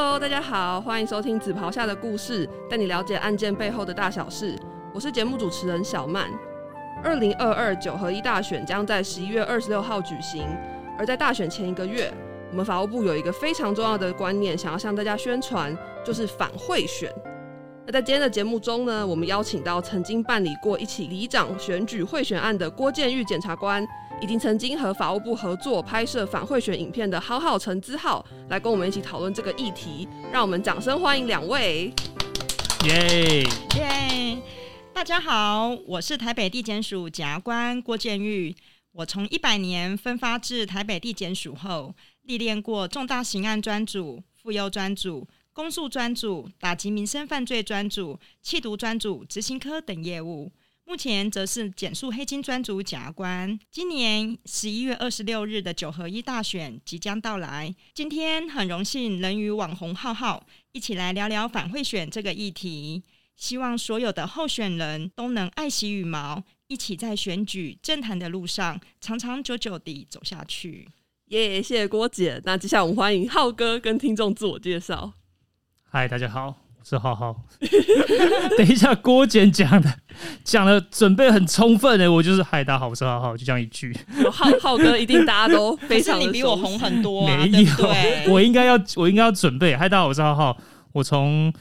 Hello， 大家好，欢迎收听紫袍下的故事，带你了解案件背后的大小事。我是节目主持人小曼。2022九合一大选将在11月26号举行，而在大选前一个月，我们法务部有一个非常重要的观念，想要向大家宣传，就是反贿选。那在今天的节目中呢，我们邀请到曾经办理过一起里长选举贿选案的郭建玉检察官，以及曾经和法务部合作拍摄反贿选影片的郝浩陈资浩，来跟我们一起讨论这个议题。让我们掌声欢迎两位。 耶耶！大家好，我是台北地检署检察官郭建玉。我从100年分发至台北地检署后，历练过重大刑案专组、妇幼专组、公诉专组、打击民生犯罪专组、缉毒专组、执行科等业务。目前则是检肃黑金专组检察官。今年11月26日的九合一大选即将到来，今天很荣幸能与网红浩浩一起来聊聊反贿选这个议题。希望所有的候选人都能爱惜羽毛，一起在选举政坛的路上长长久久地走下去。 耶，谢谢郭姐。那接下来我们欢迎浩哥跟听众自我介绍。 嗨，大家好，我是浩浩。等一下，郭检讲的准备很充分的，我就是嗨，大家好，我是浩浩，就这样一句。 有浩哥一定大家都非常的熟悉。 可是你比我红很多啊， 没有， 对不对？ 我应该要准备。嗨，大家好，我是浩浩。我从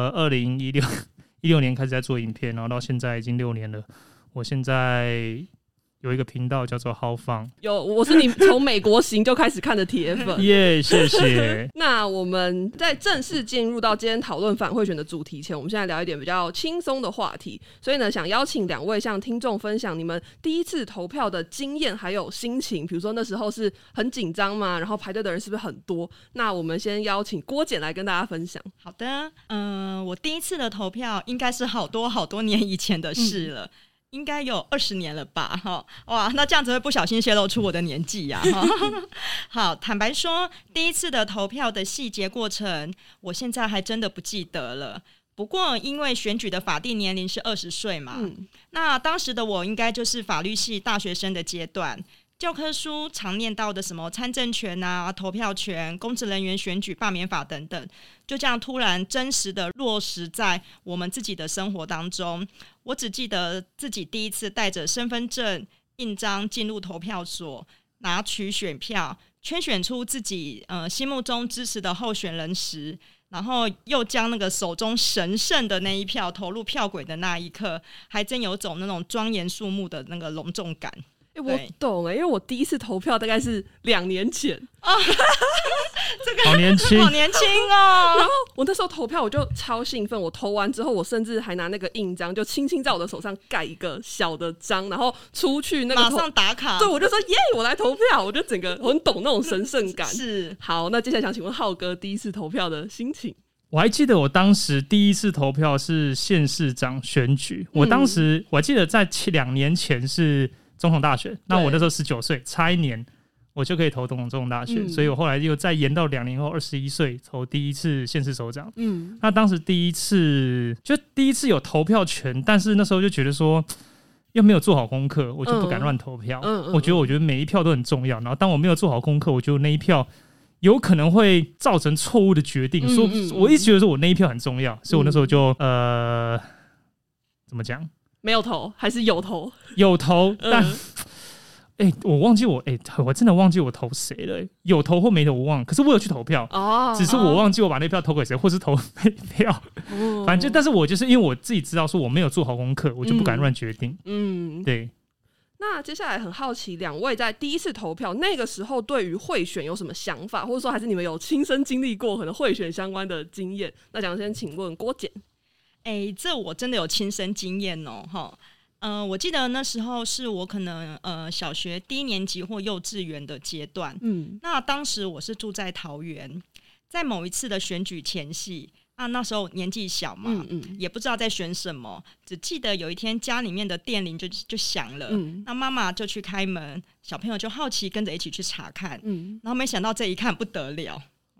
2016年开始在做影片，然后到现在已经6年了。我现在有一个频道叫做浩放， 我是你从美国行就开始看的铁粉。 耶，谢谢。 那我们在正式进入到今天讨论反贿选的主题前，我们现在聊一点比较轻松的话题。所以呢，想邀请两位向听众分享你们第一次投票的经验还有心情。比如说那时候是很紧张嘛，然后排队的人是不是很多？那我们先邀请郭检来跟大家分享。 好的，我第一次的投票应该是好多年以前的事了。应该有20年了吧？哇，那这样子会不小心泄露出我的年纪呀！好，坦白说，第一次的投票的细节过程，我现在还真的不记得了。不过，因为选举的法定年龄是20岁嘛，那当时的我应该就是法律系大学生的阶段。教科书常念到的什么参政权啊、投票权、公职人员选举罢免法等等，就这样突然真实的落实在我们自己的生活当中。我只记得自己第一次带着身份证印章进入投票所，拿取选票，圈选出自己心目中支持的候选人时，然后又将那个手中神圣的那一票投入票轨的那一刻，还真有种那种庄严肃穆的那个隆重感。 我懂因为我第一次投票大概是2年前这个好年轻， 好年轻哦！ 然后我那时候投票我就超兴奋，我投完之后我甚至还拿那个印章就轻轻在我的手上盖一个小的章，然后出去那个马上打卡。 对，我就说耶，我来投票，我就整个很懂那种神圣感。 是， 好，那接下来想请问浩哥第一次投票的心情。 我还记得我当时第一次投票是县市长选举，我当时我还记得在2年前是总统大选，那我那时候19岁，差1年我就可以投总统大选，所以我后来又再延到2年后21岁投第一次县市首长。那当时第一次有投票权，但是那时候就觉得说又没有做好功课，我就不敢乱投票。我觉得每一票都很重要，然后当我没有做好功课，我觉得那一票有可能会造成错误的决定。所以我一直觉得说我那一票很重要，所以我那时候就怎么讲？ 没有投还是有投？ 有投，但我忘记我真的忘记我投谁了。有投或没投我忘了，可是我有去投票只是我忘记我把那票投给谁，或是投废票。反正但是我就是因为我自己知道说我没有做好功课，我就不敢乱决定。对。 那接下来很好奇，两位在第一次投票那个时候对于贿选有什么想法，或者说还是你们有亲身经历过可能贿选相关的经验？那想先请问郭检。 这我真的有亲身经验哦，我记得那时候是我可能小学1年级或幼稚园的阶段，那当时我是住在桃园，在某一次的选举前夕，那时候年纪小嘛，也不知道在选什么，只记得有一天家里面的电铃就响了，那妈妈就去开门，小朋友就好奇跟着一起去查看，然后没想到这一看不得了。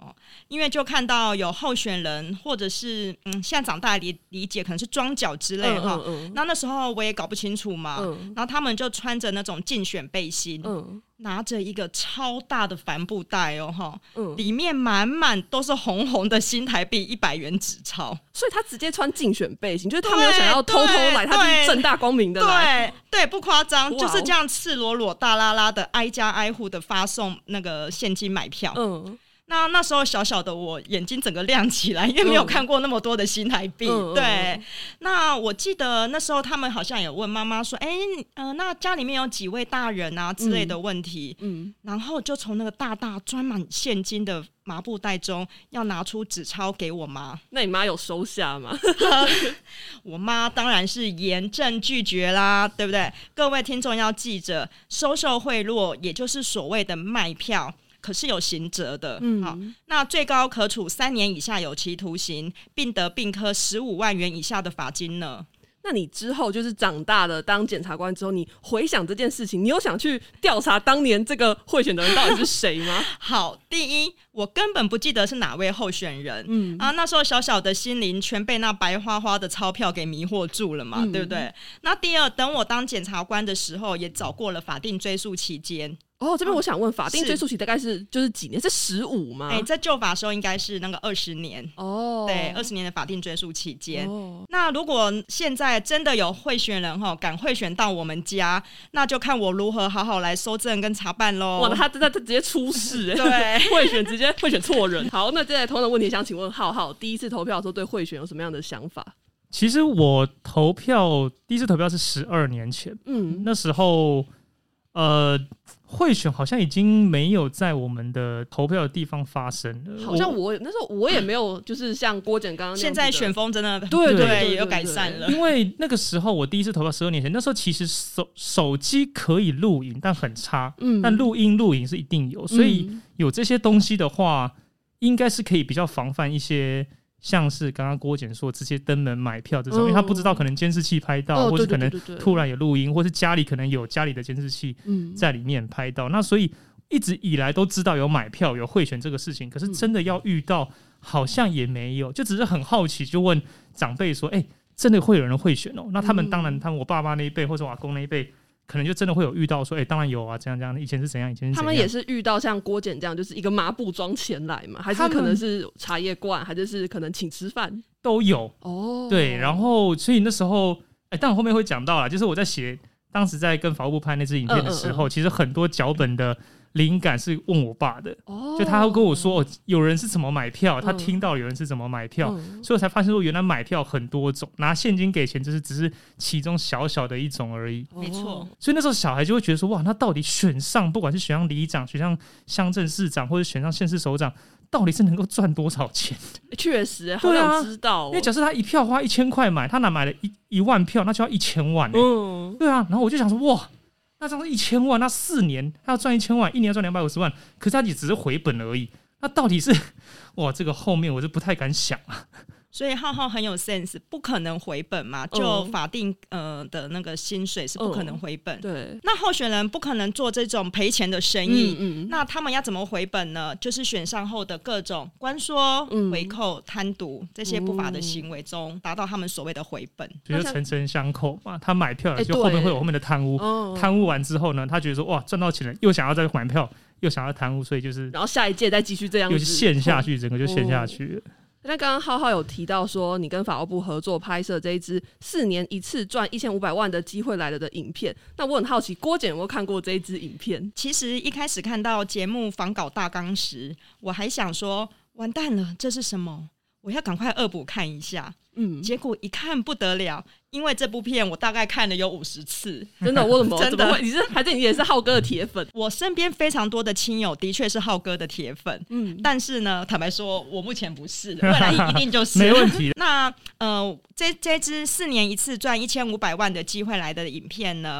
因为就看到有候选人，或者是现在长大的理解可能是庄脚之类哈。那时候我也搞不清楚嘛。然后他们就穿着那种竞选背心，拿着一个超大的帆布袋里面满满都是红红的新台币100元纸钞。 所以他直接穿竞选背心，就是他没有想要偷偷来，他就是正大光明的来。 对，不夸张，就是这样赤裸裸大拉拉的挨家挨户的发送那个现金买票。那时候小小的我眼睛整个亮起来，因为没有看过那么多的新台币。对，那我记得那时候他们好像有问妈妈说，那家里面有几位大人啊之类的问题。然后就从那个大装满现金的麻布袋中要拿出纸钞给我妈。 那你妈有收下吗？ 我妈当然是严正拒绝啦，对不对？各位听众要记着，收受贿赂也就是所谓的卖票，可是有刑责的。好，那最高可处3年以下有期徒刑，并得并科15万元以下的罚金呢。 那你之后就是长大了当检察官之后，你回想这件事情，你有想去调查当年这个贿选的人到底是谁吗？ 好，第一，我根本不记得是哪位候选人。那时候小小的心灵全被那白花花的钞票给迷惑住了嘛，对不对？那第二，等我当检察官的时候，也早过了法定追诉期间。 这边我想问，法定追诉期大概是就是几年？是15吗？ 在旧法的时候应该是那个20年。对，20年的法定追诉期间。那如果现在真的有贿选人敢贿选到我们家，那就看我如何好好来搜证跟查办咯。 哇，他直接出事对， 直接贿选错人。好，那接下来同样的问题想请问浩浩，第一次投票的时候对贿选有什么样的想法？ 其实我第一次投票是12年前。那时候贿选好像已经没有在我们的投票的地方发生了。 好像那时候我也没有，就是像郭检刚刚现在选风真的对也有改善了。 因为那个时候我第一次投票12年前，那时候其实手机可以录影，但很差。但录影是一定有，所以有这些东西的话，应该是可以比较防范一些。像是刚刚郭检说这些登门买票这种，因为他不知道可能监视器拍到，或是可能突然有录音，或是家里可能有家里的监视器在里面拍到。那所以一直以来都知道有买票有贿选这个事情，可是真的要遇到好像也没有，就只是很好奇，就问长辈说真的会有人贿选哦？那他们当然他们我爸爸那一辈或者我阿公那一辈可能就真的会有遇到说当然有啊，这样以前是怎样，以前是怎样。 他们也是遇到像郭检这样就是一个麻布装钱来嘛，还是可能是茶叶罐，还是可能请吃饭都有。对，然后所以那时候当然后面会讲到啦，就是我在当时在跟法务部拍那支影片的时候，其实很多脚本的灵感是问我爸的。就他会跟我说有人是怎么买票，他听到有人是怎么买票，所以我才发现说原来买票很多种，拿现金给钱只是其中小小的一种而已。 没错。 所以那时候小孩就会觉得说哇，那到底选上不管是选上里长、选上乡镇市长或者选上县市首长，到底是能够赚多少钱？ 确实好想知道因为假设他一票花1000块买，他哪买了1万票，那就要1000万。对啊，然后我就想说哇，那这样1000万，那4年他要赚1000万，1年要赚250万，可是他也只是回本而已。那到底是哇，这个后面我就不太敢想啊。 所以浩浩很有 sense， 不可能回本嘛，就法定的那个薪水是不可能回本。 对， 那候选人不可能做这种赔钱的生意。那他们要怎么回本呢？就是选上后的各种关说、回扣、贪渎这些不法的行为中，达到他们所谓的回本。 就层层相扣嘛，他买票就后面会有后面的贪污，贪污完之后呢，他觉得说哇赚到钱了，又想要再买票，又想要贪污，所以就是然后下一届再继续这样子， 又陷下去，整个就陷下去了。 那刚刚浩浩有提到说你跟法务部合作拍摄这一支4年一次赚1500万的机会来了的影片，那我很好奇郭检有没有看过这一支影片？ 其实一开始看到节目访稿大纲时，我还想说完蛋了，这是什么？我要赶快恶补看一下。结果一看不得了，因为这部片我大概看了有50次。 真的？我怎么会？你也是浩哥的铁粉？ 我身边非常多的亲友的确是浩哥的铁粉。但是呢，坦白说我目前不是，未来一定就是没问题。 那这支4年一次赚1500万的机会来的影片呢，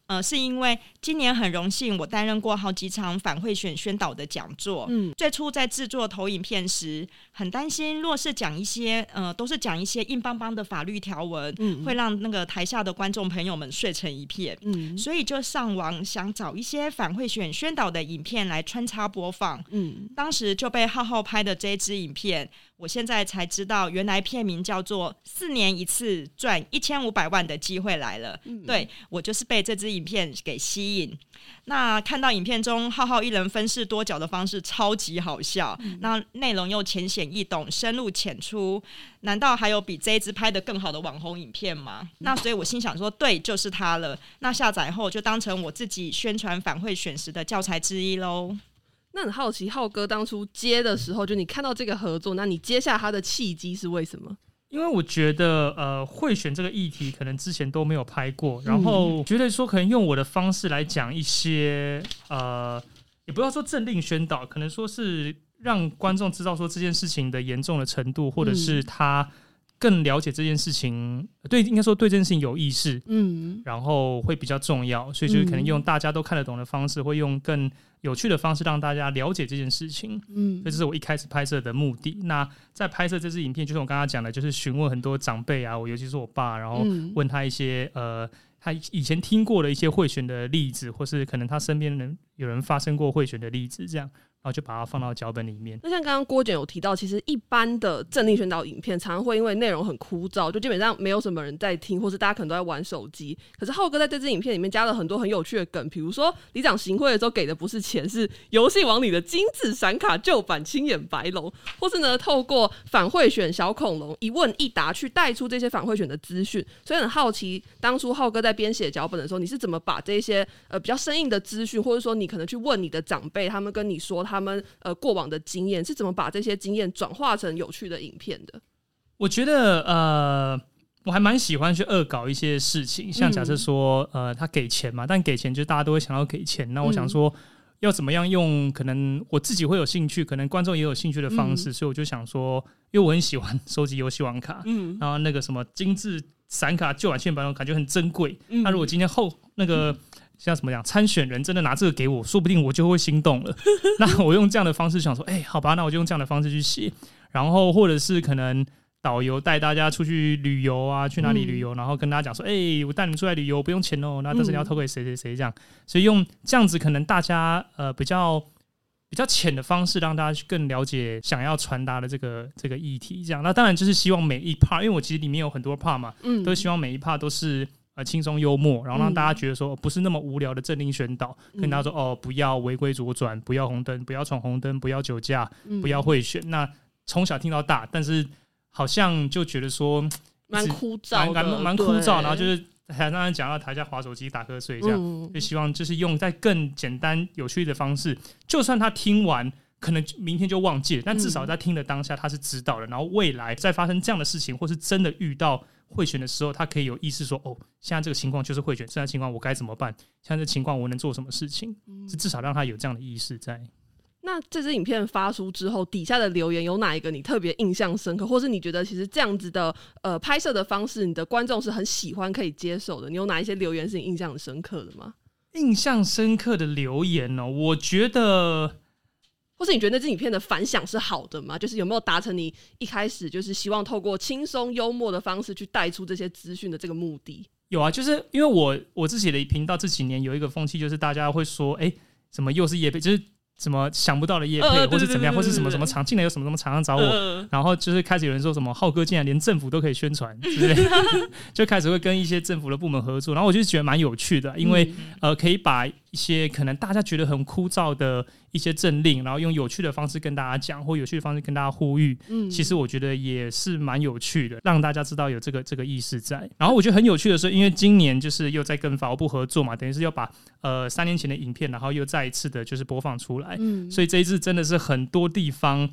是因为今年很荣幸我担任过好几场反贿选宣导的讲座。最初在制作投影片时，很担心若是讲一些都是讲一些硬邦邦的法律条文，会让那个台下的观众朋友们睡成一片。所以就上网想找一些反贿选宣导的影片来穿插播放。当时就被浩浩拍的这支影片，我现在才知道原来片名叫做4年一次赚1500万的机会来了。对，我就是被这支影片给吸引。那看到影片中浩浩一人分饰多角的方式超级好笑，那内容又浅显易懂，深入浅出，难道还有比这一支拍得更好的网红影片吗？那所以我心想说，对，就是它了。那下载后就当成我自己宣传反贿选时的教材之一咯。 那很好奇，浩哥当初接的时候，就你看到这个合作，那你接下他的契机是为什么？ 因为我觉得贿选这个议题可能之前都没有拍过，然后觉得说可能用我的方式来讲一些也不要说政令宣导，可能说是让观众知道说这件事情的严重的程度，或者是他更了解这件事情，应该说对这件事情有意识，然后会比较重要，所以就可能用大家都看得懂的方式，会用更有趣的方式让大家了解这件事情。所以这是我一开始拍摄的目的。那在拍摄这支影片，就是我刚刚讲的，就是询问很多长辈啊，尤其是我爸，然后问他一些他以前听过的一些贿选的例子，或是可能他身边有人发生过贿选的例子，这样。然后就把它放到脚本里面。 那像刚刚郭检有提到，其实一般的政令宣导影片常常会因为内容很枯燥，就基本上没有什么人在听，或是大家可能都在玩手机。可是浩哥在这支影片里面加了很多很有趣的梗，比如说里长行贿的时候给的不是钱，是游戏王里的金质闪卡旧版青眼白龙，或是呢透过反贿选小恐龙一问一答去带出这些反贿选的资讯。所以很好奇，当初浩哥在编写脚本的时候，你是怎么把这些比较生硬的资讯，或者说你可能去问你的长辈，他们跟你说他们过往的经验，是怎么把这些经验转化成有趣的影片的？ 我觉得我还蛮喜欢去恶搞一些事情，像假设说他给钱嘛，但给钱就大家都会想要给钱，那我想说要怎么样用可能我自己会有兴趣，可能观众也有兴趣的方式，所以我就想说，因为我很喜欢收集游戏王卡，然后那个什么精致闪卡旧版青眼白龙感觉很珍贵，那如果今天那个像什么讲，参选人真的拿这个给我，说不定我就会心动了。那我用这样的方式想说，好吧，那我就用这样的方式去写。然后或者是可能导游带大家出去旅游啊，去哪里旅游，然后跟大家讲说，我带你们出来旅游不用钱哦，那但是你要投给谁谁谁这样。所以用这样子可能大家比较浅的方式，让大家更了解想要传达的这个议题这样。那当然就是希望每一 part， 因为我其实里面有很多 part 嘛，都希望每一 part 都是轻松幽默，然后让大家觉得说不是那么无聊的政令宣导，跟大家说不要违规左转，不要红灯，不要闯红灯，不要酒驾，不要贿选。那从小听到大，但是好像就觉得说蛮枯燥的， 蛮枯燥，然后就是还让人讲到台下滑手机打瞌睡这样，就希望就是用在更简单有趣的方式，就算他听完可能明天就忘记了，但至少在听的当下他是知道的，然后未来再发生这样的事情，或是真的遇到贿选的时候，他可以有意识说，现在这个情况就是贿选，现在情况我该怎么办？现在这情况我能做什么事情？是至少让他有这样的意识在。 那这支影片发出之后，底下的留言有哪一个你特别印象深刻，或是你觉得其实这样子的拍摄的方式，你的观众是很喜欢可以接受的？你有哪一些留言是你印象很深刻的吗？ 印象深刻的留言我觉得， 或是你觉得那支影片的反响是好的吗？就是有没有达成你一开始就是希望透过轻松幽默的方式去带出这些资讯的这个目的？ 有啊，就是因为我自己的频道这几年有一个风气，就是大家会说，什么又是业配，就是什么想不到的业配，或是怎么样，或是什么什么厂进来有什么厂商找我，然后就是开始有人说什么浩哥竟然连政府都可以宣传之类的，就开始会跟一些政府的部门合作，然后我就觉得蛮有趣的，因为可以把一些可能大家觉得很枯燥的一些政令，然后用有趣的方式跟大家讲，或有趣的方式跟大家呼吁，其实我觉得也是蛮有趣的，让大家知道有这个意识在。然后我觉得很有趣的是，因为今年就是又在跟法务部合作嘛，等于是又把3年前的影片，然后又再一次的就是播放出来，所以这一次真的是很多地方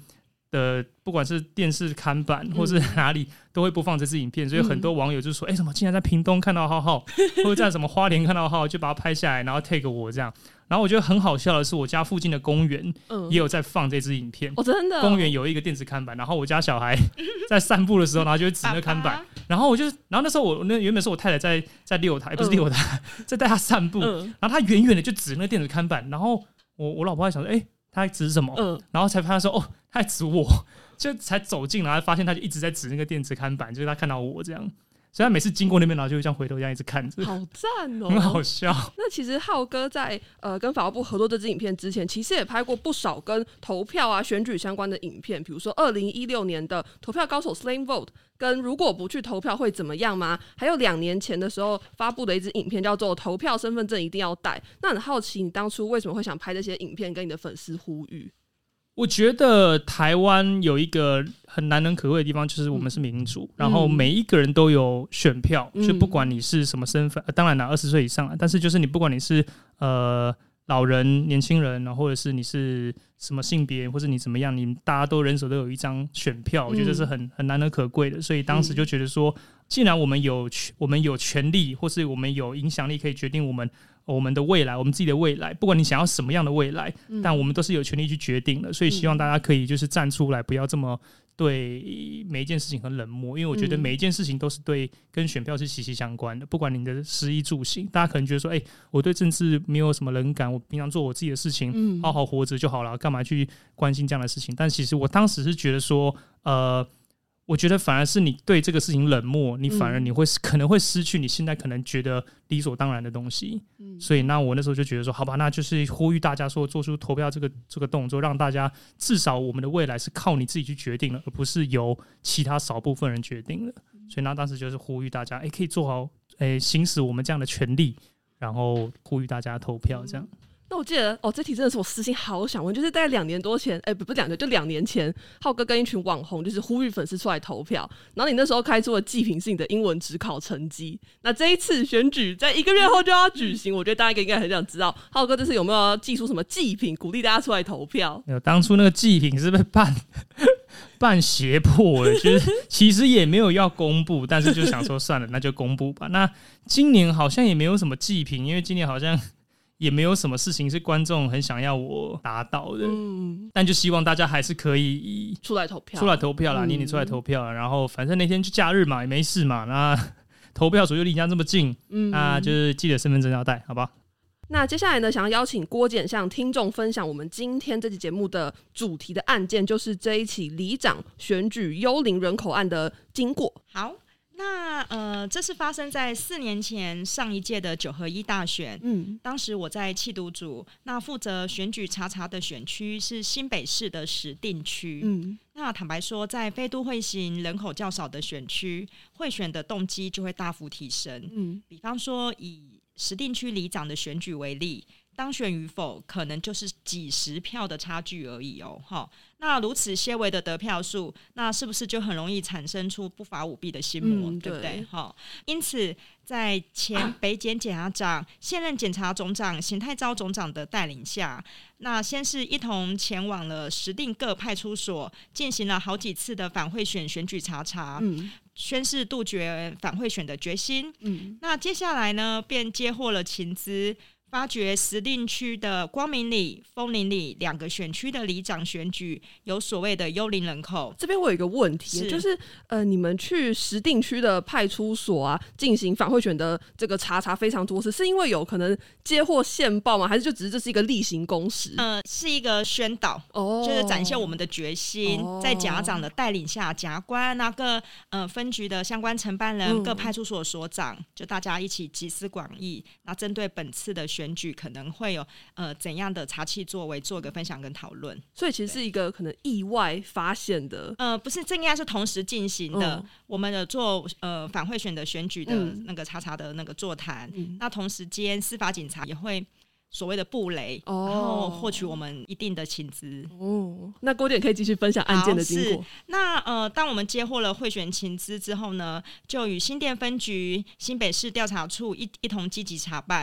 的不管是电视看板或是哪里都会播放这支影片，所以很多网友就说什么竟然在屏东看到浩浩或者在什么花莲看到浩浩，就把它拍下来然后 tag 我这样。然后我觉得很好笑的是，我家附近的公园也有在放这支影片。 真的公园有一个电子看板，然后我家小孩在散步的时候，然后就会指那看板，然后那时候原本是我太太在遛他，不是遛他，在带他散步，然后他远远的就指那个电子看板，然后我老婆还想说，他在指什么？然后才发现说，他在指我，就才走近，然后发现他就一直在指那个电子看板，就是他看到我这样。所以他每次经过那边，然后就会这样回头这样一直看着， 好赞哦， 很好笑。 那其实浩哥在跟法务部合作这支影片之前，其实也拍过不少跟投票啊选举相关的影片，比如说2016年的投票高手 Slam Vote， 跟如果不去投票会怎么样吗？还有2年前的时候发布的一支影片叫做投票身份证一定要带。那很好奇，你当初为什么会想拍这些影片，跟你的粉丝呼吁？ 我觉得台湾有一个很难能可贵的地方，就是我们是民主，然后每一个人都有选票，就不管你是什么身份，当然啦20岁以上啦，但是就是你不管你是老人、年轻人，然后或者是你是什么性别，或者你怎么样，你大家都人手都有一张选票，我觉得这是很难能可贵的。所以当时就觉得说，既然我们有权利，或是我们有影响力，可以决定我们的未来，我们自己的未来，不管你想要什么样的未来，但我们都是有权利去决定的。所以希望大家可以就是站出来，不要这么对每一件事情很冷漠，因为我觉得每一件事情都是跟选票是息息相关的。不管你的食衣住行，大家可能觉得说，我对政治没有什么冷感，我平常做我自己的事情，好好活着就好了，干嘛去关心这样的事情？但其实我当时是觉得说，我觉得反而是你对这个事情冷漠，你反而你可能会失去你现在可能觉得理所当然的东西。所以那我那时候就觉得说，好吧，那就是呼吁大家说，做出投票这个动作，让大家至少我们的未来是靠你自己去决定了，而不是由其他少部分人决定了。所以那当时就是呼吁大家，可以做好行使我们这样的权利，然后呼吁大家投票这样。 那我记得这题真的是我私心好想问，就是大概2年多前，不是2年，就2年前，浩哥跟一群网红就是呼吁粉丝出来投票，然后你那时候开出的祭品是你的英文指考成绩。那这一次选举在1个月后就要举行，我觉得大家应该很想知道，浩哥这次有没有寄出什么祭品，鼓励大家出来投票？ 当初那个祭品是被办胁迫了，就是其实也没有要公布，但是就想说算了，那就公布吧。那今年好像也没有什么祭品，因为今年好像也没有什么事情是观众很想要我达到的，但就希望大家还是可以出来投票啦，年出来投票啦，然后反正那天就假日嘛，也没事嘛，那投票所又离家这么近，那就是记得身份证要带，好吧？ 那接下来呢，想要邀请郭检向听众分享我们今天这期节目的主题的案件，就是这一起里长选举幽灵人口案的经过。 好。那这是发生在4年前上一届的九合一大选。当时我在企读组，那负责选举查查的选区是新北市的石碇区。那坦白说，在非都会型人口较少的选区，贿选的动机就会大幅提升。比方说以石碇区里长的选举为例，当选与否可能就是几十票的差距而已哦。那如此些微的得票数，那是不是就很容易产生出不法舞弊的心魔，对不对？因此在前北检检察长、现任检察总长邢泰昭总长的带领下，那先是一同前往了石碇各派出所，进行了好几次的反贿选选举查查，宣示杜绝反贿选的决心。那接下来呢，便接获了情资，发觉石碇区的光明里、枫林里2个选区的里长选举有所谓的幽灵人口。 这边我有一个问题，就是你们去石碇区的派出所啊，进行反贿选的这个查非常多次，是因为有可能接获线报吗？还是就只是这是一个例行公事？ 是一个宣导，就是展现我们的决心，在检察长的带领下，检察官啊各分局的相关承办人、各派出所所长，就大家一起集思广益，那针对本次的选举可能会有怎样的查缉作为做个分享跟讨论。 所以其实是一个可能意外发现的， 不是，这应该是同时进行的。我们的做反贿选的选举的那个查查的那个座谈，那同时间司法警察也会所谓的布雷，然后获取我们一定的情资。 那郭检可以继续分享案件的经过。 那当我们接获了贿选情资之后呢，就与新店分局、新北市调查处一同积极查办。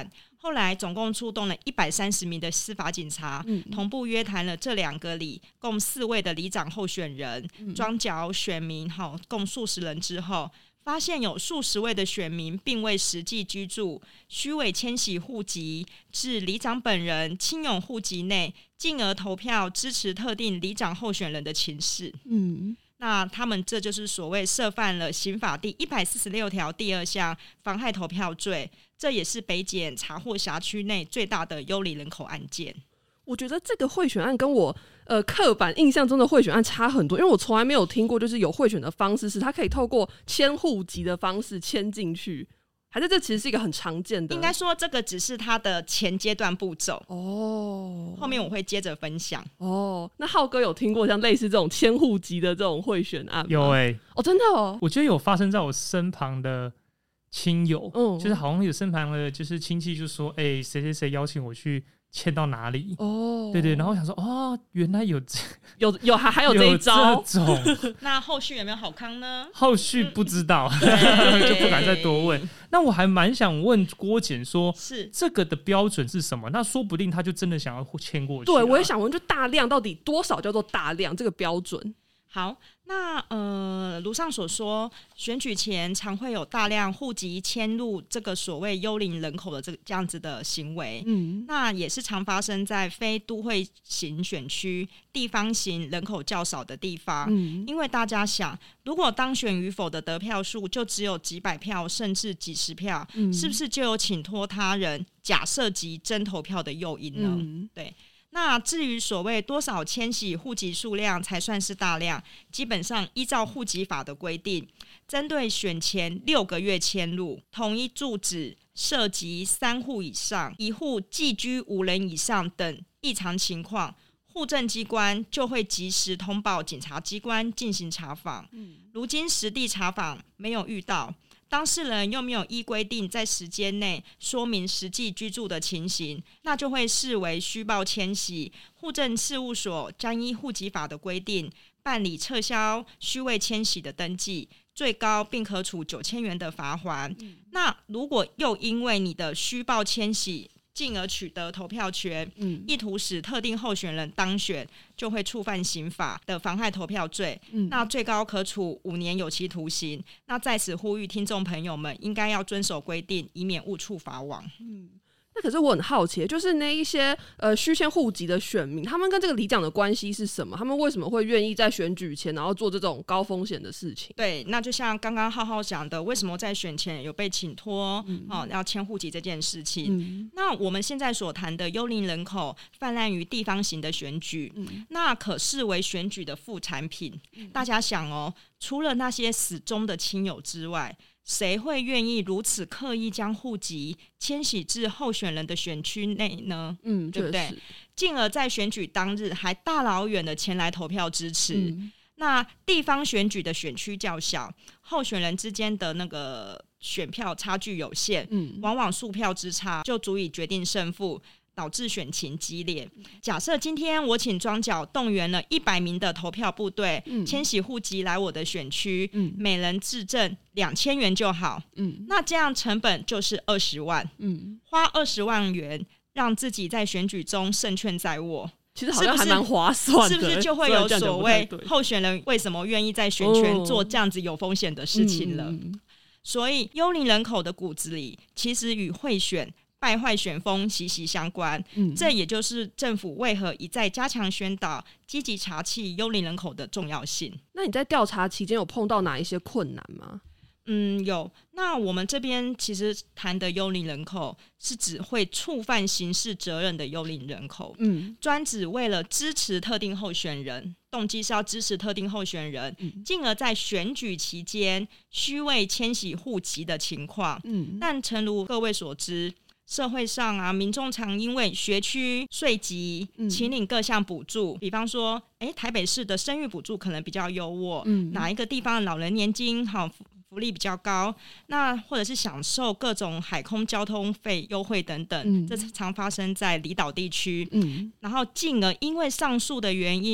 后来总共出动了130名的司法警察，同步约谈了这2个里共4位的里长候选人，庄脚选民共数十人之后，发现有数十位的选民并未实际居住，虚伪迁徙户籍至里长本人亲友户籍内，进而投票支持特定里长候选人的情事。那他们这就是所谓涉犯了刑法第146条第2项妨害投票罪，这也是北检查获辖区内最大的幽灵人口案件。 我觉得这个贿选案跟我刻板印象中的贿选案差很多，因为我从来没有听过就是有贿选的方式是它可以透过迁户籍的方式迁进去，还是这其实是一个很常见的？ 应该说这个只是它的前阶段步骤哦， 后面我会接着分享。 哦，那浩哥有听过像类似这种迁户籍的这种贿选案吗？ 有哦，真的哦， 我觉得有发生在我身旁的亲友，就是好像有身旁的就是亲戚就说谁谁谁邀请我去迁到哪里哦，对对，然后我想说原来有还有这一招这种那后续有没有好康呢？ 后续不知道就不敢再多问。那我还蛮想问郭检说，是这个的标准是什么？那说不定他就真的想要迁过去。 对，我也想问，就大量到底多少叫做大量这个标准？ 好，那如上所说，选举前常会有大量户籍迁入这个所谓幽灵人口的这样子的行为，那也是常发生在非都会型选区、地方型人口较少的地方，因为大家想，如果当选与否的得票数就只有几百票甚至几十票，是不是就有请托他人假设及真投票的诱因呢？对。那至于所谓多少迁徙户籍数量才算是大量，基本上依照户籍法的规定，针对选前6个月迁入同一住址涉及3户以上、1户寄居5人以上等异常情况，户政机关就会及时通报检察机关进行查访。如今实地查访没有遇到，当事人又没有依规定在时间内说明实际居住的情形，那就会视为虚报迁徙。户政事务所将依户籍法的规定办理撤销虚伪迁徙的登记，最高并可处9000元的罚锾。那如果又因为你的虚报迁徙进而取得投票权，意图使特定候选人当选，就会触犯刑法的妨害投票罪，那最高可处5年有期徒刑。那在此呼吁听众朋友们应该要遵守规定，以免误触法网。 那可是我很好奇，就是那一些虚迁户籍的选民，他们跟这个里长的关系是什么？他们为什么会愿意在选举前然后做这种高风险的事情？ 对，那就像刚刚浩浩讲的，为什么在选前有被请托要迁户籍这件事情，那我们现在所谈的幽灵人口泛滥于地方型的选举，那可视为选举的副产品。大家想除了那些死忠的亲友之外，谁会愿意如此刻意将户籍迁徙至候选人的选区内呢？对不对？进而在选举当日还大老远的前来投票支持。那地方选举的选区较小，候选人之间的那个选票差距有限，往往数票之差就足以决定胜负，导致选情激烈。假设今天我请庄脚动员了100名的投票部队，迁徙户籍来我的选区，每人自证2000元就好，那这样成本就是20万，花20万元让自己在选举中胜券在握， 其实好像还蛮划算的， 是不是就会有所谓候选人为什么愿意在选权做这样子有风险的事情了？所以幽灵人口的骨子里其实与贿选败坏选风息息相关，这也就是政府为何一再加强宣导、积极查缉幽灵人口的重要性。 那你在调查期间有碰到哪一些困难吗？ 有。那我们这边其实谈的幽灵人口是指会触犯刑事责任的幽灵人口，专指为了支持特定候选人，动机是要支持特定候选人，进而在选举期间虚伪迁徙户籍的情况。但诚如各位所知，社会上民众常因为学区、税籍、请领各项补助，比方说台北市的生育补助可能比较优渥，哪一个地方的老人年金福利比较高，那或者是享受各种海空交通费优惠等等，这常发生在离岛地区，然后进而因为上述的原因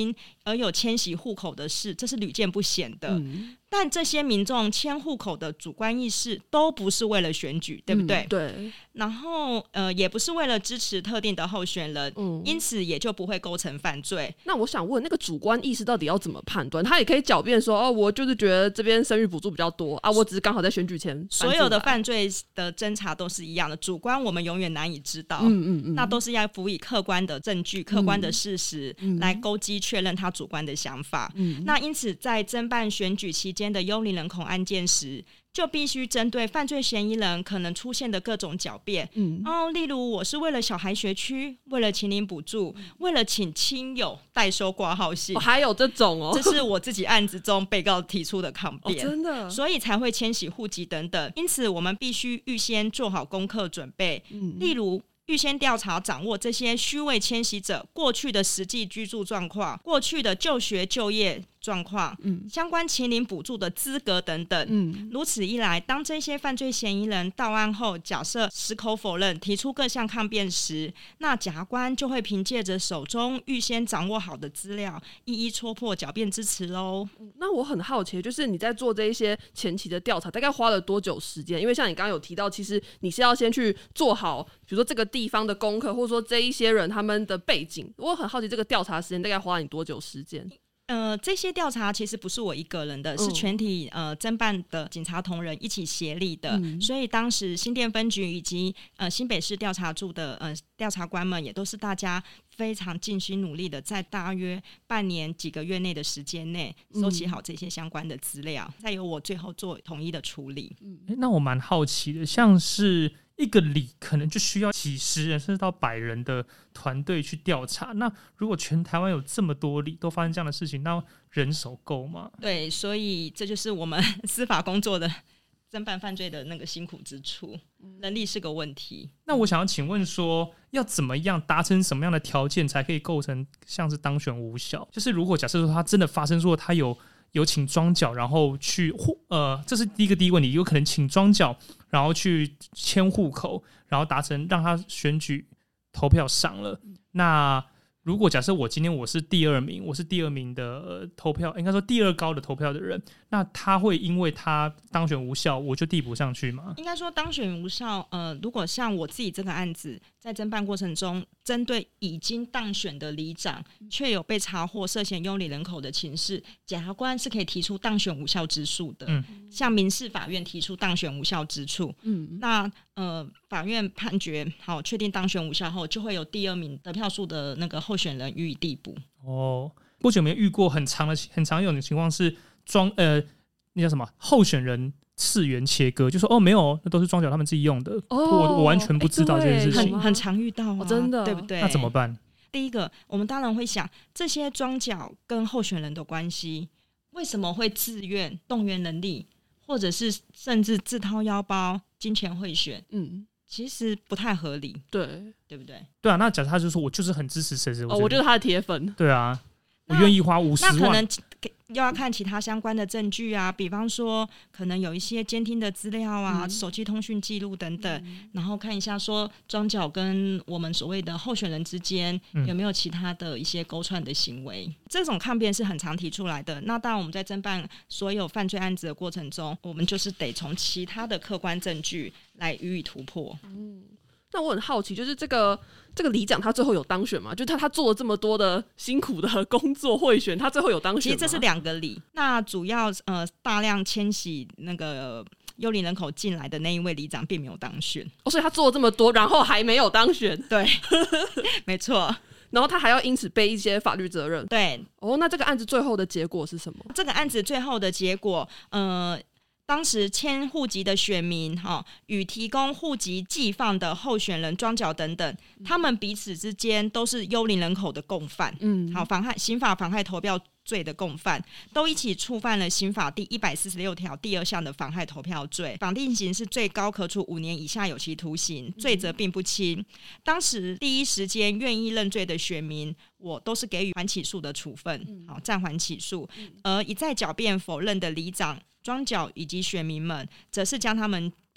而有迁徙户口的事，这是屡见不鲜的。但这些民众迁户口的主观意识都不是为了选举，对不对？ 对。 然后也不是为了支持特定的候选人，因此也就不会构成犯罪。 那我想问，那个主观意识到底要怎么判断？他也可以狡辩说，我就是觉得这边生育补助比较多啊，我只是刚好在选举前。 所有的犯罪的侦查都是一样的，主观我们永远难以知道，那都是要辅以客观的证据、客观的事实来勾稽确认他主观的想法。那因此在侦办选举期间的幽灵人口案件时，就必须针对犯罪嫌疑人可能出现的各种狡辩，例如我是为了小孩学区，为了秦领补助，为了请亲友代收挂号信， 还有这种这是我自己案子中被告提出的抗辩， 真的， 所以才会迁徙户籍等等。因此我们必须预先做好功课准备，例如预先调查掌握这些虚伪迁徙者过去的实际居住状况、过去的就学就业状况、相关秦领补助的资格等等。如此一来，当这些犯罪嫌疑人到案后，假设矢口否认，提出各项抗辩时，那检察官就会凭借着手中预先掌握好的资料，一一戳破狡辩之词咯。 那我很好奇，就是你在做这一些前期的调查，大概花了多久时间？因为像你刚刚有提到，其实你是要先去做好，比如说这个地方的功课，或者说这一些人他们的背景。我很好奇，这个调查时间大概花了你多久时间？ 这些调查其实不是我一个人的，是全体侦办的警察同仁一起协力的，所以当时新店分局以及新北市调查处的调查官们也都是大家非常尽心努力的，在大约半年几个月内的时间内收集好这些相关的资料，再由我最后做统一的处理。 那我蛮好奇的，像是一个里可能就需要几十人甚至到100人的团队去调查，那如果全台湾有这么多里都发生这样的事情，那人手够吗？ 对，所以这就是我们司法工作的侦办犯罪的那个辛苦之处，人力是个问题。 那我想要请问说，要怎么样达成什么样的条件才可以构成像是当选无效？就是如果假设说他真的发生说他有请庄脚，然后去这是第一个问题，有可能请庄脚，然后去迁户口，然后达成让他选举投票上了。那如果假设我今天我是第二名的投票，应该说第二高的投票的人，那他会因为他当选无效，我就递补上去吗？ 应该说当选无效，如果像我自己这个案子，在侦办过程中，针对已经当选的里长，却有被查获涉嫌幽灵人口的情事，检察官是可以提出当选无效之诉的，向民事法院提出当选无效之诉。那法院判决好确定当选无效后，就会有第二名得票数的那个候选人予以递补。 过去有没有遇过很常有的情况是那叫什么候选人次元切割，就说没有，那都是庄脚他们自己用的，我完全不知道这件事情， 很常遇到真的， 对不对？ 那怎么办？ 第一个，我们当然会想，这些庄脚跟候选人的关系，为什么会自愿动员人力，或者是甚至自掏腰包金钱贿选？其实不太合理，对不对？ 对啊，那假设他就说我就是很支持谁， 我就是他的铁粉， 对啊，我愿意花50万， 那可能又要看其他相关的证据啊，比方说可能有一些监听的资料啊、手机通讯记录等等，然后看一下说庄脚跟我们所谓的候选人之间有没有其他的一些勾串的行为，这种抗辩是很常提出来的。那当然我们在侦办所有犯罪案子的过程中，我们就是得从其他的客观证据来予以突破。 那我很好奇，就是这个里长他最后有当选吗？就是他做了这么多的辛苦的工作贿选，他最后有当选吗？ 其实这是2个里，那主要大量迁徙那个幽灵人口进来的那一位里长并没有当选。 所以他做了这么多，然后还没有当选。 对，没错。 然后他还要因此背一些法律责任。 对。 那这个案子最后的结果是什么？ 这个案子最后的结果，当时迁户籍的选民与提供户籍寄放的候选人庄脚等等，他们彼此之间都是幽灵人口的共犯，刑法妨害投票罪的共犯，都一起触犯了刑法第146条第2项的妨害投票罪，法定刑是最高可处5年以下有期徒刑，罪责并不轻。当时第一时间愿意认罪的选民，我都是给予缓起诉的处分，暂缓起诉，而一再狡辩否认的里长、庄脚以及选民们，则是将他们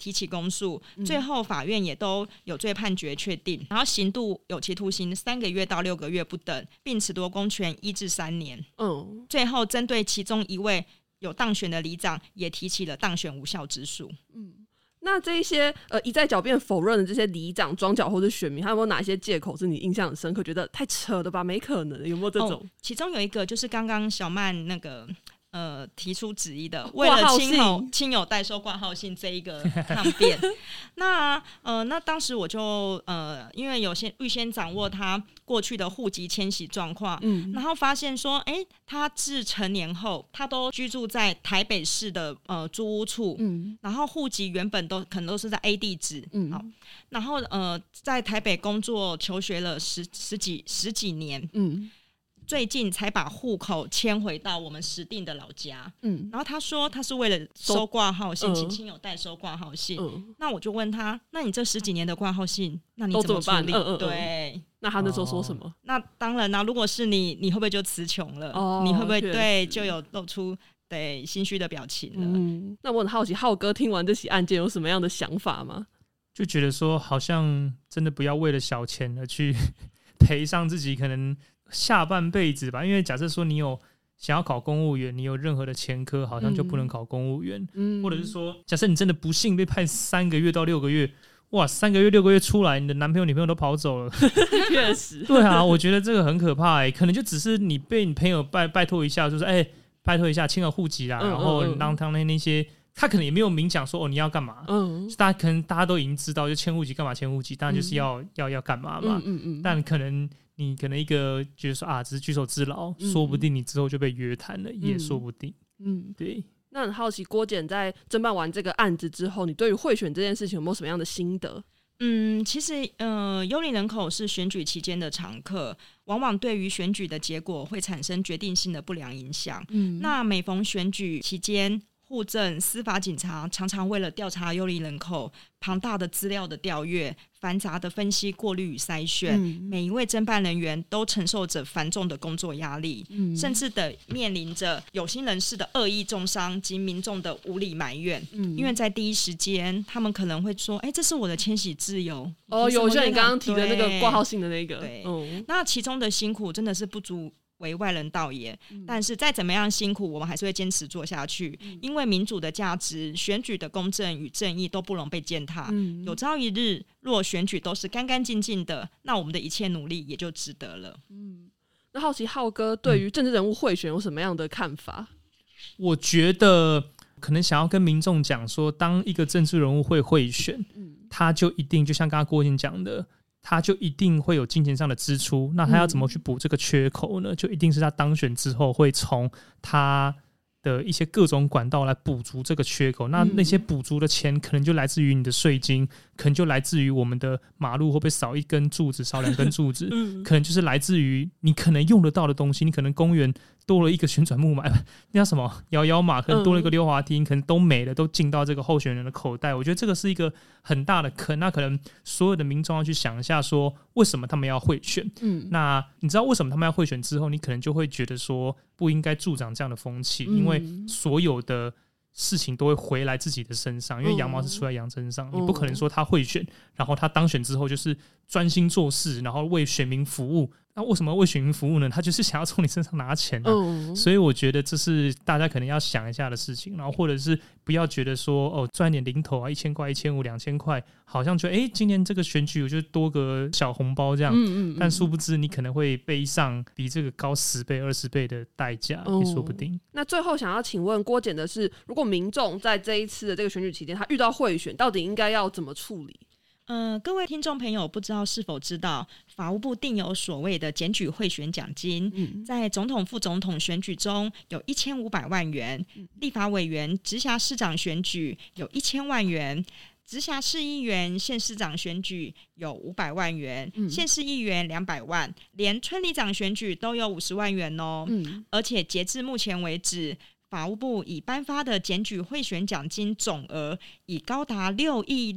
提起公诉，最后法院也都有罪判决确定，然后刑度有期徒刑3个月到6个月不等，并褫夺公权1至3年。最后针对其中一位有当选的里长也提起了当选无效之诉。 那这一些一再狡辩否认的这些里长、庄脚或者选民，还有没有哪一些借口是你印象很深刻，觉得太扯了吧，没可能？有没有这种？ 其中有一个就是刚刚小曼那个提出质疑的，为了亲友代收挂号信这一个抗辩。那当时我就因为预先掌握他过去的户籍迁徙状况，然后发现说，他自成年后，他都居住在台北市的租屋处，然后户籍原本可能都是在 A 地址，好，然后在台北工作求学了十几年，最近才把户口迁回到我们石碇的老家，然后他说他是为了收挂号信，请亲友代收挂号信，那我就问他，那你这10几年的挂号信，那你怎么处理？对， 那他那时候说什么？ 那当然啦，如果是你会不会就词穷了？你会不会就有露出心虚的表情了？ 那我很好奇，浩哥听完这起案件有什么样的想法吗？ 就觉得说，好像真的不要为了小钱而去赔上自己可能下半辈子吧，因为假设说你有想要考公务员，你有任何的前科，好像就不能考公务员，或者是说，假设你真的不幸被判3个月到6个月，哇，3个月6个月出来，你的男朋友女朋友都跑走了， 确实， 对啊，我觉得这个很可怕可能就只是你被你朋友拜托一下，就是拜托一下迁个户籍啦，然后让他那些。他可能也没有明讲说你要干嘛，大家都已经知道，就迁户籍干嘛迁户籍，当然就是要干嘛嘛，但可能你一个觉得说只是举手之劳，说不定你之后就被约谈了，也说不定。对。 那很好奇，郭检在侦办完这个案子之后，你对于贿选这件事情有没有什么样的心得？ 其实幽灵人口是选举期间的常客，往往对于选举的结果会产生决定性的不良影响。那每逢选举期间，户政、司法警察常常为了调查幽灵人口，庞大的资料的调阅、繁杂的分析、过滤与筛选，每一位侦办人员都承受着繁重的工作压力，甚至的面临着有心人士的恶意中伤及民众的无理埋怨。因为在第一时间，他们可能会说：“这是我的迁徙自由。” 有像你刚刚提的那个挂号信的那个， 对，那其中的辛苦真的是不足为外人道也，但是再怎么样辛苦，我们还是会坚持做下去，因为民主的价值、选举的公正与正义都不容被践踏。有朝一日，若选举都是干干净净的，那我们的一切努力也就值得了。 那好奇浩哥对于政治人物贿选有什么样的看法？ 我觉得可能想要跟民众讲说，当一个政治人物会贿选，他就一定就像刚刚郭检讲的，他就一定会有金钱上的支出，那他要怎么去补这个缺口呢？就一定是他当选之后会从他的一些各种管道来补足这个缺口，那些补足的钱可能就来自于你的税金，可能就来自于我们的马路会不会少1根柱子、少2根柱子，可能就是来自于你可能用得到的东西，你可能公园多了一个旋转木马，那叫什么摇摇马，可能多了一个溜滑梯，可能都没了，都进到这个候选人的口袋。我觉得这个是一个很大的坑，那可能所有的民众要去想一下说为什么他们要贿选。那你知道为什么他们要贿选之后，你可能就会觉得说不应该助长这样的风气，因为所有的事情都会回来自己的身上，因为羊毛是出在羊身上，你不可能说他贿选，然后他当选之后就是专心做事，然后为选民服务。那为什么为选民服务呢？他就是想要从你身上拿钱所以我觉得这是大家可能要想一下的事情，然后或者是不要觉得说赚点零头1000块、1500、2000块，好像觉得今年这个选举我就多个小红包这样，但殊不知你可能会背上比这个高10倍、20倍的代价，也说不定。 那最后想要请问郭检的是，如果民众在这一次的这个选举期间，他遇到贿选，到底应该要怎么处理？ 各位听众朋友，不知道是否知道，法务部定有所谓的检举贿选奖金，在总统、副总统选举中有1500万元，立法委员、直辖市长选举有1000万元，直辖市议员、县市长选举有500万元，县市议员200万，连村里长选举都有50万元哦。而且截至目前为止，法务部已颁发的检举贿选奖金总额已高达6亿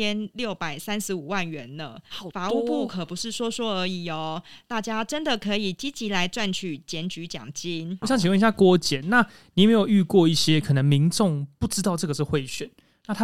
6635万元呢。法务部可不是说说而已哦，大家真的可以积极来赚取检举奖金。 我想请问一下郭检，那你有没有遇过一些可能民众不知道这个是贿选，那他们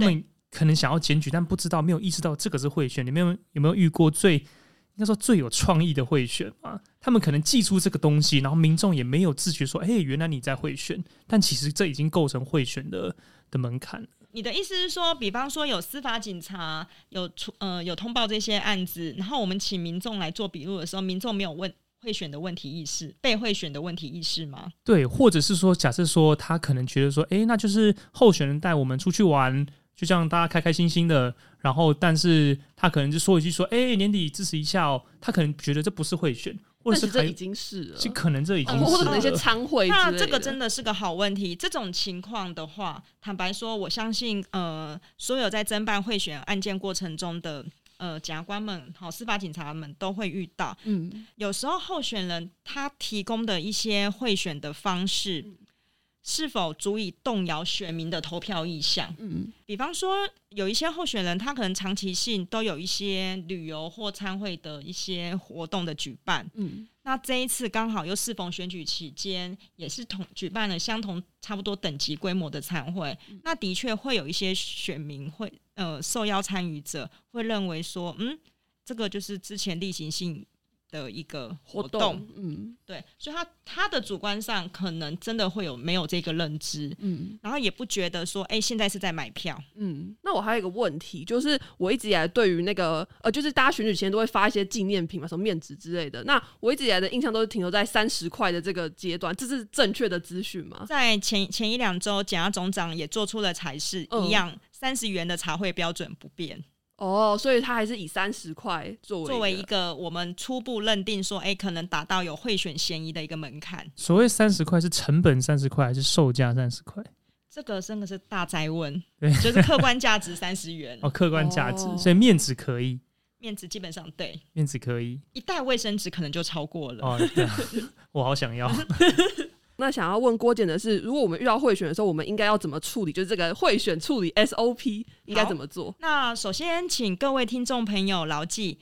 可能想要检举，但不知道，没有意识到这个是贿选。你们有没有遇过应该说最有创意的贿选嘛？他们可能寄出这个东西，然后民众也没有自觉说，原来你在贿选，但其实这已经构成贿选的门槛了。 你的意思是说，比方说有司法警察有通报这些案子，然后我们请民众来做笔录的时候，民众没有问贿选的问题意识，被贿选的问题意识吗？ 对，或者是说，假设说他可能觉得说，那就是候选人带我们出去玩，就这样大家开开心心的，然后但是他可能就说一句说，年底支持一下哦，他可能觉得这不是贿选。或者是这已经是了， 可能这已经是了， 或者那些参会之类的。 那这个真的是个好问题。这种情况的话，坦白说，我相信所有在侦办贿选案件过程中的检察官们、司法警察们都会遇到。有时候候选人他提供的一些贿选的方式，是否足以动摇选民的投票意向？比方说有一些候选人他可能长期性都有一些旅游或参会的一些活动的举办，那这一次刚好又适逢选举期间，也是举办了相同差不多等级规模的参会，那的确会有一些选民会受邀参与者会认为说，这个就是之前例行性的一个活动，对，所以他的主观上可能真的会没有这个认知，然后也不觉得说，现在是在买票， 那我还有一个问题，就是我一直以来对于那个就是大家选举前都会发一些纪念品嘛，什么面纸之类的，那我一直以来的印象都是停留在30块的这个阶段，这是正确的资讯吗？ 在前1-2周，检察总长也做出了裁示，一样30元的查贿标准不变。 所以他还是以30块作为一个我们初步认定说，可能达到有贿选嫌疑的一个门槛。 所谓30块是成本30块还是售价30块？ 这个真的是大哉问，就是客观价值30元。 客观价值，所以面纸可以， 面纸基本上对， 面纸可以， 一袋卫生纸可能就超过了。 对我好想要。 那想要问郭检的是，如果我们遇到贿选的时候，我们应该要怎么处理？就是这个贿选处理 SOP 应该怎么做？ 那首先请各位听众朋友牢记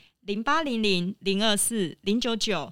0800-024-099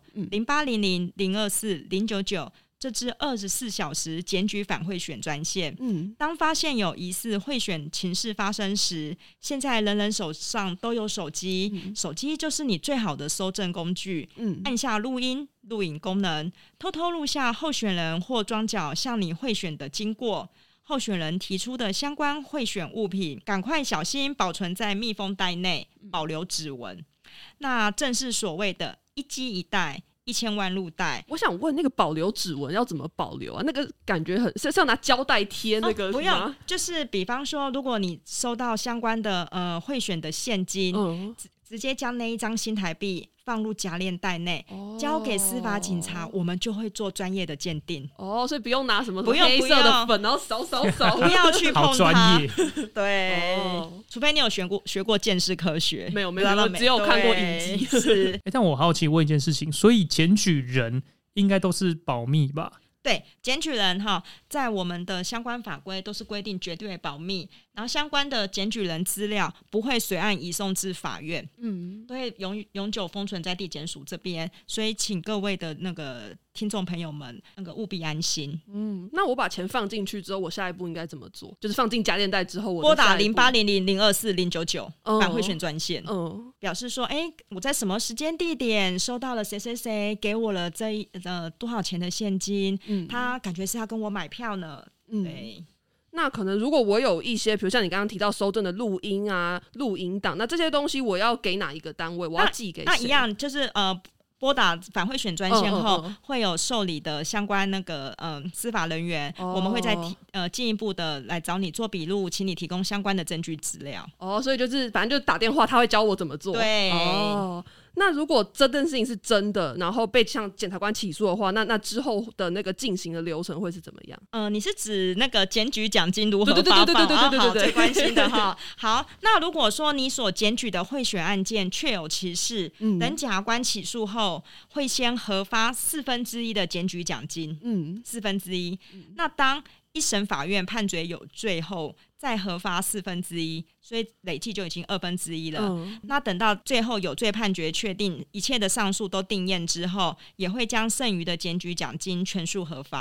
0800-024-099这支24小时检举反贿选专线。当发现有疑似贿选情势发生时，现在人人手上都有手机，手机就是你最好的搜证工具。按下录音录影功能，偷偷录下候选人或庄脚向你贿选的经过，候选人提出的相关贿选物品，赶快小心保存在密封袋内，保留指纹。那正是所谓的一机一袋1000万入袋。 我想问，那个保留指纹要怎么保留啊？那个感觉是要拿胶带贴那个、 不用，就是比方说，如果你收到相关的贿选的现金，直接将那一张新台币放入夹链袋内，交给司法警察，我们就会做专业的鉴定。 所以不用拿什么黑色的粉，然后扫， 不要去碰它。 好专业。 对，除非你有学过鉴识科学。 没有，只有看过影集。 是。 但我好奇问一件事情，所以检举人应该都是保密吧？ 对，检举人在我们的相关法规都是规定绝对保密，然后相关的检举人资料不会随案移送至法院，都会永久封存在地检署这边，所以请各位的那个听众朋友们务必安心。 那我把钱放进去之后，我下一步应该怎么做？就是放进夹链袋之后， 拨打0800-024-099反贿选专线，表示说，我在什么时间地点收到了谁谁谁给我了多少钱的现金，他感觉是要跟我买票呢。对。 那可能如果我有一些，比如像你刚刚提到收证的录音啊、录音档，那这些东西我要给哪一个单位？我要寄给谁？ 那一样就是拨打反贿选专线后，会有受理的相关那个司法人员，我们会再进一步的来找你做笔录，请你提供相关的证据资料。 所以就是反正就打电话，他会教我怎么做。 对。 那如果这件事情是真的，然后被像检察官起诉的话，那之后的那个进行的流程会是怎么样？ 你是指那个检举奖金如何发放？对，最关心的哈。好，那如果说你所检举的贿选案件确有其事，等检察官起诉后，会先核发1/4的检举奖金，1/4。那当一审法院判决有罪后，再核发1/4，所以累计就已经1/2了。那等到最后有罪判决确定，一切的上诉都定验之后，也会将剩余的检举奖金全数核发。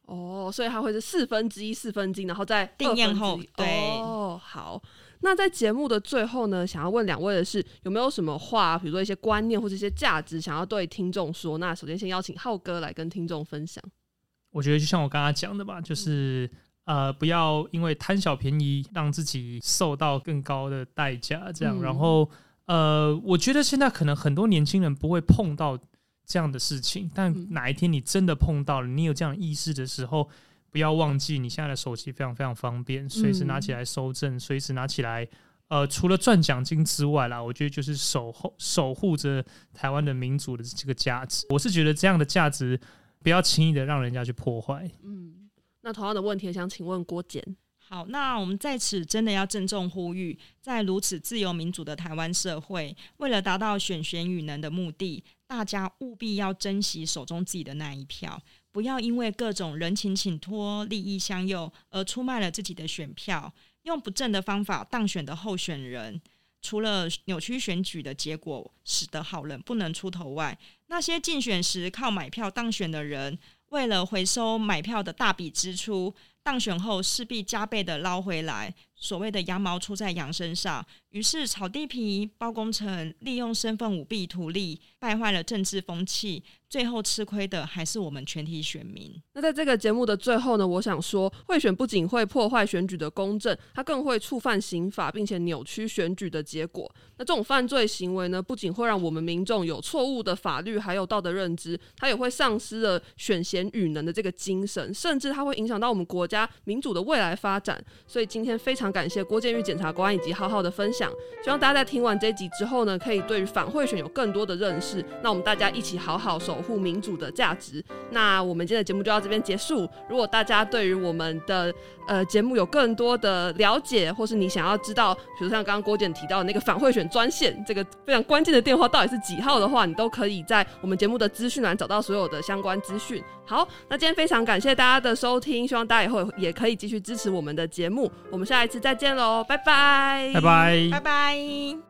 哦，所以它会是1/4，然后再定验后，对。 哦，好。那在节目的最后呢，想要问两位的是，有没有什么话，比如说一些观念或者一些价值，想要对听众说？那首先先邀请浩哥来跟听众分享。 我觉得就像我刚刚讲的吧，就是不要因为贪小便宜让自己受到更高的代价，这样。然后我觉得现在可能很多年轻人不会碰到这样的事情，但哪一天你真的碰到了，你有这样的意识的时候，不要忘记你现在的手机非常非常方便，随时拿起来收证，随时拿起来除了赚奖金之外啦，我觉得就是守护着台湾的民主的这个价值。我是觉得这样的价值不要轻易的让人家去破坏。 那同样的问题想请问郭检。 好，那我们在此真的要郑重呼吁，在如此自由民主的台湾社会，为了达到选贤与能的目的，大家务必要珍惜手中自己的那一票，不要因为各种人情请托、利益相诱而出卖了自己的选票，用不正的方法当选的候选人，除了扭曲选举的结果使得好人不能出头外，那些竞选时靠买票当选的人，为了回收买票的大笔支出，当选后势必加倍的捞回来，所谓的羊毛出在羊身上，于是炒地皮、包工程，利用身份舞弊图利，败坏了政治风气，最后吃亏的还是我们全体选民。 那在这个节目的最后呢，我想说，贿选不仅会破坏选举的公正，它更会触犯刑法，并且扭曲选举的结果。那这种犯罪行为呢，不仅会让我们民众有错误的法律还有道德认知，它也会丧失了选贤与能的这个精神，甚至它会影响到我们国家民主的未来发展。所以今天非常感谢郭建玉检察官以及浩浩的分享，希望大家在听完这一集之后呢，可以对于反贿选有更多的认识。那我们大家一起好好守护民主的价值。那我们今天的节目就到这边结束。如果大家对于我们的节目有更多的了解，或是你想要知道，比如像刚刚郭检提到的那个反贿选专线这个非常关键的电话到底是几号的话，你都可以在我们节目的资讯栏找到所有的相关资讯。好，那今天非常感谢大家的收听，希望大家以后也可以继续支持我们的节目。我们下一次再见喽，拜拜， 拜拜， 拜拜。